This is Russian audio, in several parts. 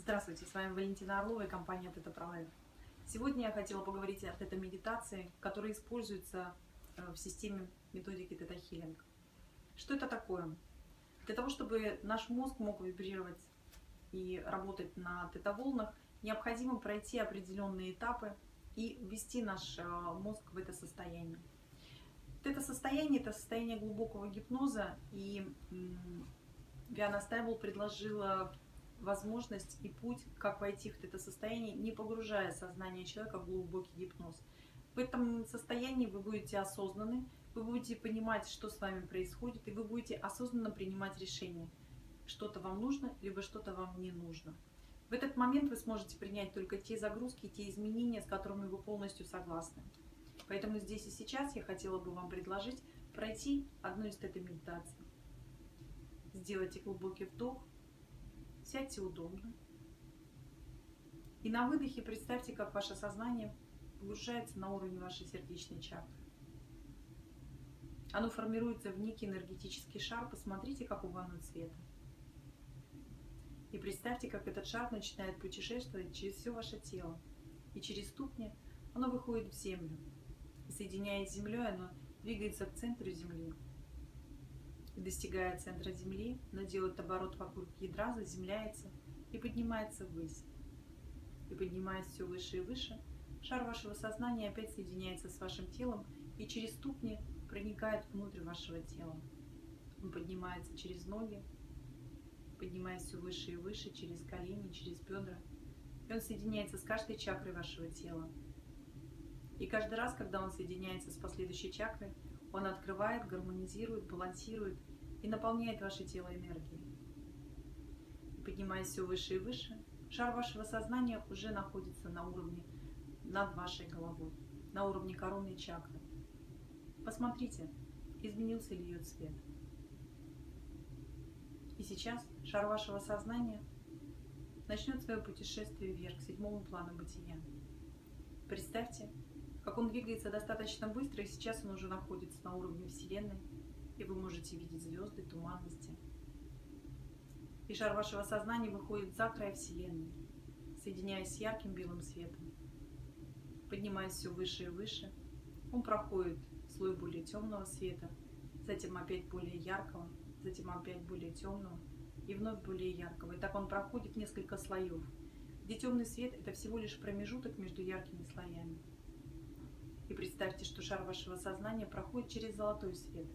Здравствуйте, с вами Валентина Орлова и компания Theta Pro. Сегодня я хотела поговорить о тета-медитации, которая используется в системе методики Theta Healing. Что это такое? Для того, чтобы наш мозг мог вибрировать и работать на тета-волнах, необходимо пройти определенные этапы и ввести наш мозг в это состояние. Тета-состояние – это состояние глубокого гипноза, и Виана Стайбл предложила возможность и путь, как войти в это состояние, не погружая сознание человека в глубокий гипноз. В этом состоянии вы будете осознаны, вы будете понимать, что с вами происходит, и вы будете осознанно принимать решение. Что-то вам нужно, либо что-то вам не нужно. В этот момент вы сможете принять только те загрузки, те изменения, с которыми вы полностью согласны. Поэтому здесь и сейчас я хотела бы вам предложить пройти одну из тета-медитаций. Сделайте глубокий вдох. Сядьте удобно. И на выдохе представьте, как ваше сознание погружается на уровень вашей сердечной чакры. Оно формируется в некий энергетический шар. Посмотрите, какого оно цвета. И представьте, как этот шар начинает путешествовать через все ваше тело. И через ступни оно выходит в землю. И соединяясь с землей, оно двигается к центру земли. И достигая центра Земли, оно делает оборот вокруг ядра, заземляется и поднимается ввысь. И поднимаясь все выше и выше, шар вашего сознания опять соединяется с вашим телом и через ступни проникает внутрь вашего тела. Он поднимается через ноги, поднимаясь все выше и выше, через колени, через бедра. И он соединяется с каждой чакрой вашего тела. И каждый раз, когда он соединяется с последующей чакрой, он открывает, гармонизирует, балансирует и наполняет ваше тело энергией. И поднимаясь все выше и выше, шар вашего сознания уже находится на уровне над вашей головой, на уровне коронной чакры. Посмотрите, изменился ли ее цвет. И сейчас шар вашего сознания начнет свое путешествие вверх, к седьмому плану бытия. Представьте, как он двигается достаточно быстро, и сейчас он уже находится на уровне Вселенной, и вы можете видеть звезды, туманности. И шар вашего сознания выходит за край Вселенной, соединяясь с ярким белым светом. Поднимаясь все выше и выше, он проходит слой более темного света, затем опять более яркого, затем опять более темного и вновь более яркого. И так он проходит несколько слоев, где темный свет – это всего лишь промежуток между яркими слоями. И представьте, что шар вашего сознания проходит через золотой свет.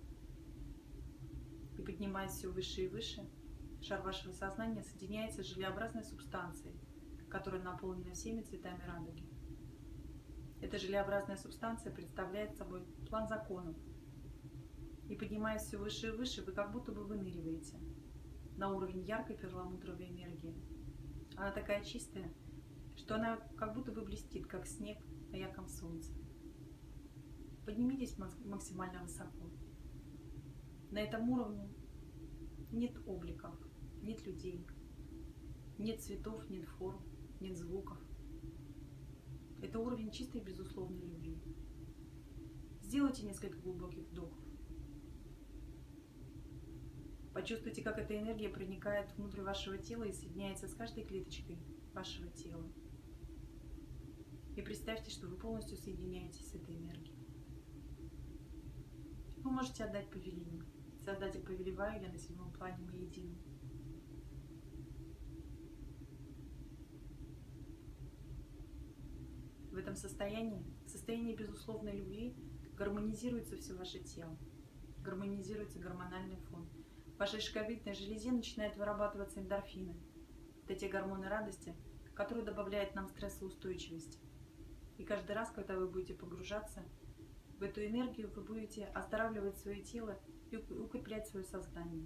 И поднимаясь все выше и выше, шар вашего сознания соединяется с желеобразной субстанцией, которая наполнена всеми цветами радуги. Эта желеобразная субстанция представляет собой план законов. И поднимаясь все выше и выше, вы как будто бы выныриваете на уровень яркой перламутровой энергии. Она такая чистая, что она как будто бы блестит, как снег на ярком солнце. Поднимитесь максимально высоко. На этом уровне нет обликов, нет людей, нет цветов, нет форм, нет звуков. Это уровень чистой безусловной любви. Сделайте несколько глубоких вдохов. Почувствуйте, как эта энергия проникает внутрь вашего тела и соединяется с каждой клеточкой вашего тела. И представьте, что вы полностью соединяетесь с этой энергией. Вы можете отдать повеление. Создатель повелеваю, я на седьмом плане, мы едины. В этом состоянии безусловной любви, гармонизируется все ваше тело. Гармонизируется гормональный фон. В вашей щитовидной железе начинают вырабатываться эндорфины. Это те гормоны радости, которые добавляют нам стрессоустойчивости. И каждый раз, когда вы будете погружаться в эту энергию, вы будете оздоравливать свое тело и укреплять свое сознание.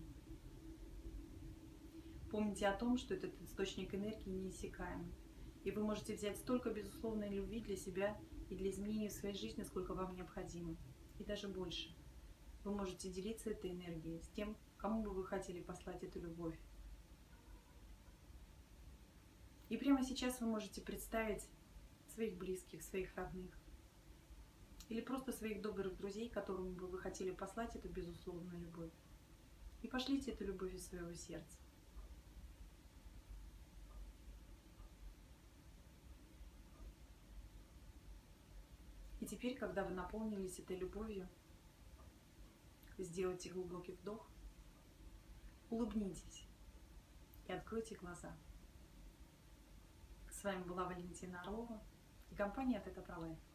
Помните о том, что этот источник энергии неиссякаемый. И вы можете взять столько безусловной любви для себя и для изменений в своей жизни, сколько вам необходимо. И даже больше. Вы можете делиться этой энергией с тем, кому бы вы хотели послать эту любовь. И прямо сейчас вы можете представить своих близких, своих родных, или просто своих добрых друзей, которым бы вы хотели послать эту безусловную любовь. И пошлите эту любовь из своего сердца. И теперь, когда вы наполнились этой любовью, сделайте глубокий вдох, улыбнитесь и откройте глаза. С вами была Валентина Орлова и компания Theta Pro Life.